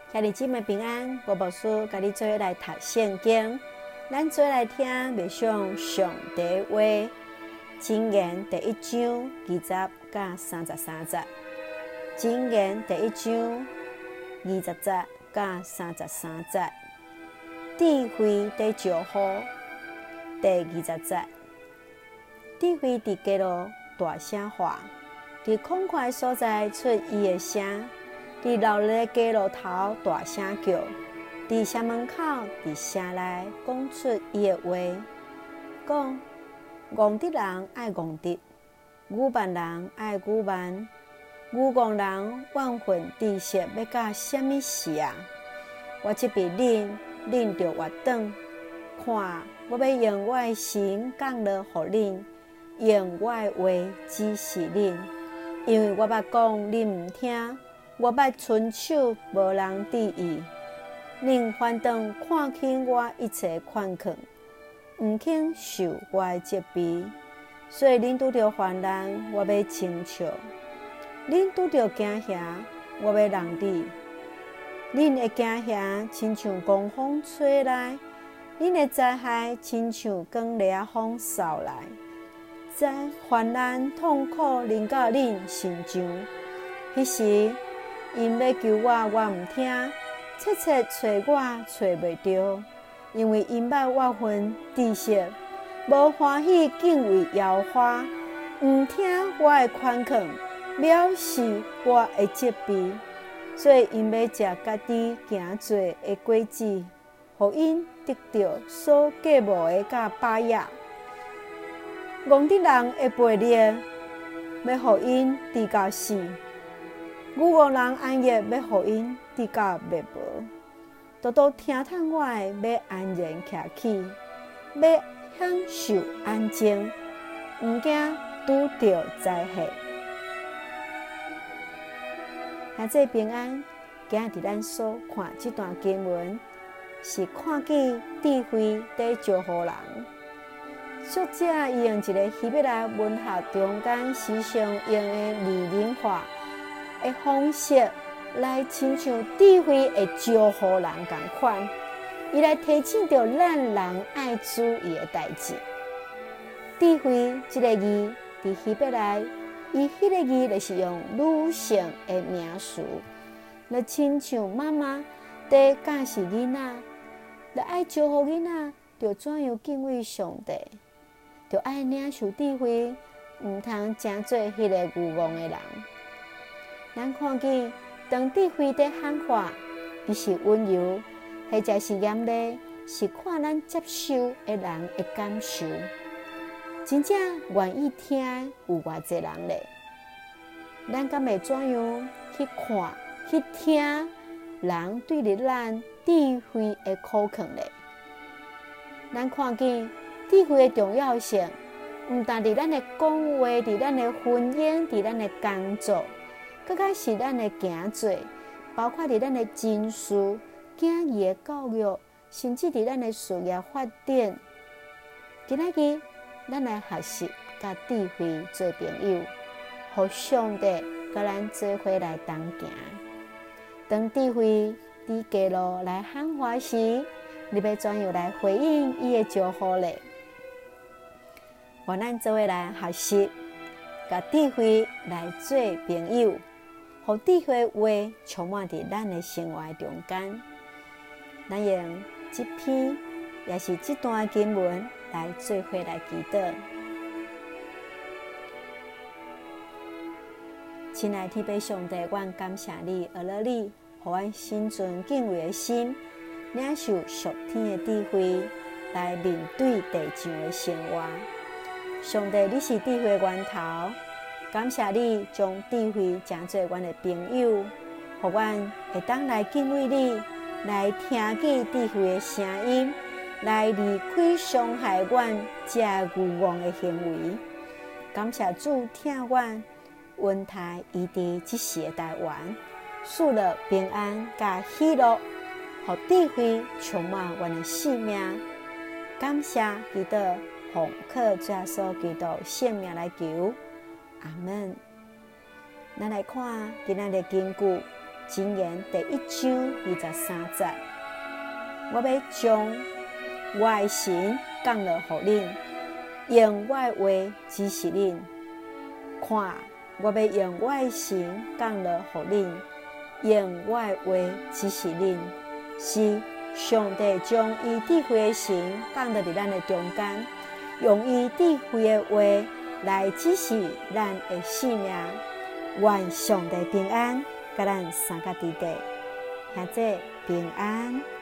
兄弟姊妹平安，我牧师甲你做来读圣经，咱做来听默想上帝话。箴言第1章20到33节。箴言第1章20节到33节。智慧在招呼。第20节。智慧伫街路大声话，伫空旷所在出伊的声。伫闹热街路头大声叫，伫城门口、伫城内讲出伊的话，讲憨直人爱憨直，愚顽人爱愚顽，愚戆人怨恨知识要到什么时啊？我这边恁就活长，看我要用我的神降落予恁，用我的话指示恁，因为我捌讲恁毋听。我捌伸手，无人治伊。恁反倒看轻我一切款劝，毋肯受我的责备。所以恁拄着患难，我要清笑；恁拄着惊吓，我要人治。恁的惊吓亲像狂风吹来，恁的灾害亲像光烈风扫来。在患难痛苦临到恁身上，迄时。因要求我，我毋听；切找我，找袂着。因为因捌我份知识，无欢喜敬畏耶和华，毋听我的劝劝，藐视我的责备。所以因要食家己行做的果子，互因得到所计无的甲把握。憨直人的背裂，要互因直到死。愚戆人安逸，要互因直到灭亡。多多听叹我的，要安然徛起，要享受安静，毋惊拄着灾害。兄弟平安，今日咱所看这段经文，是看见智慧在招呼人。作者伊用一个希伯来文学中间时常用的拟人化的方式来亲像智慧会招呼人同款，伊来提醒着咱人爱注意的代志。智慧这个字伫希伯来，伊迄个字就是用女性的名词，就亲像妈妈在教示囡仔，就爱招呼囡仔，着怎样敬畏上帝，着爱领受智慧，毋通真做迄个愚戆的人。咱看见，当智慧在喊话，伊是温柔，或者是严厉，是看咱接受的人的感受。真正愿意听有偌济人咧？咱敢会怎样去看、去听人对立咱智慧的口劝咧？咱看见智慧的重要性，毋但伫咱的讲话，伫咱的婚姻，伫咱的工作。更加是咱的行做，包括伫咱的情绪、囝儿的教育，甚至伫咱的事业发展。今仔日，咱来学习甲智慧做朋友，互上帝甲咱做伙来同行。当智慧伫街路来喊话时，你要怎样来回应伊的招呼咧？愿咱做伙来学习，甲智慧来做朋友。互智慧话充满伫咱的生活中间，咱用这篇也是这段经文来做伙来祈祷。亲爱的天父上帝，阮感谢你，阿乐你，互阮心存敬畏的心，领受属天的智慧，来面对地上的生活。上帝，你是智慧源头。感谢你将智慧成做阮的朋友，互阮会当来敬畏你，来听见智慧的声音，来离开伤害阮这愚妄的行为。感谢主听阮，恩待伊伫即时的台湾，赐了平安甲喜乐，互智慧充满阮的生命。感谢基督奉靠主耶稣基督圣名来求。阿们。咱来看今仔日经句， 箴言第1章23節，我要將我的神講落予恁，用我的話指示恁。看，我要用我的神講落予恁，用我的話指示恁。是上帝將伊智慧的神講到伫咱的中間，用伊智慧的話來指示咱的性命。願上帝平安，甲咱三個弟弟，兄姐平安。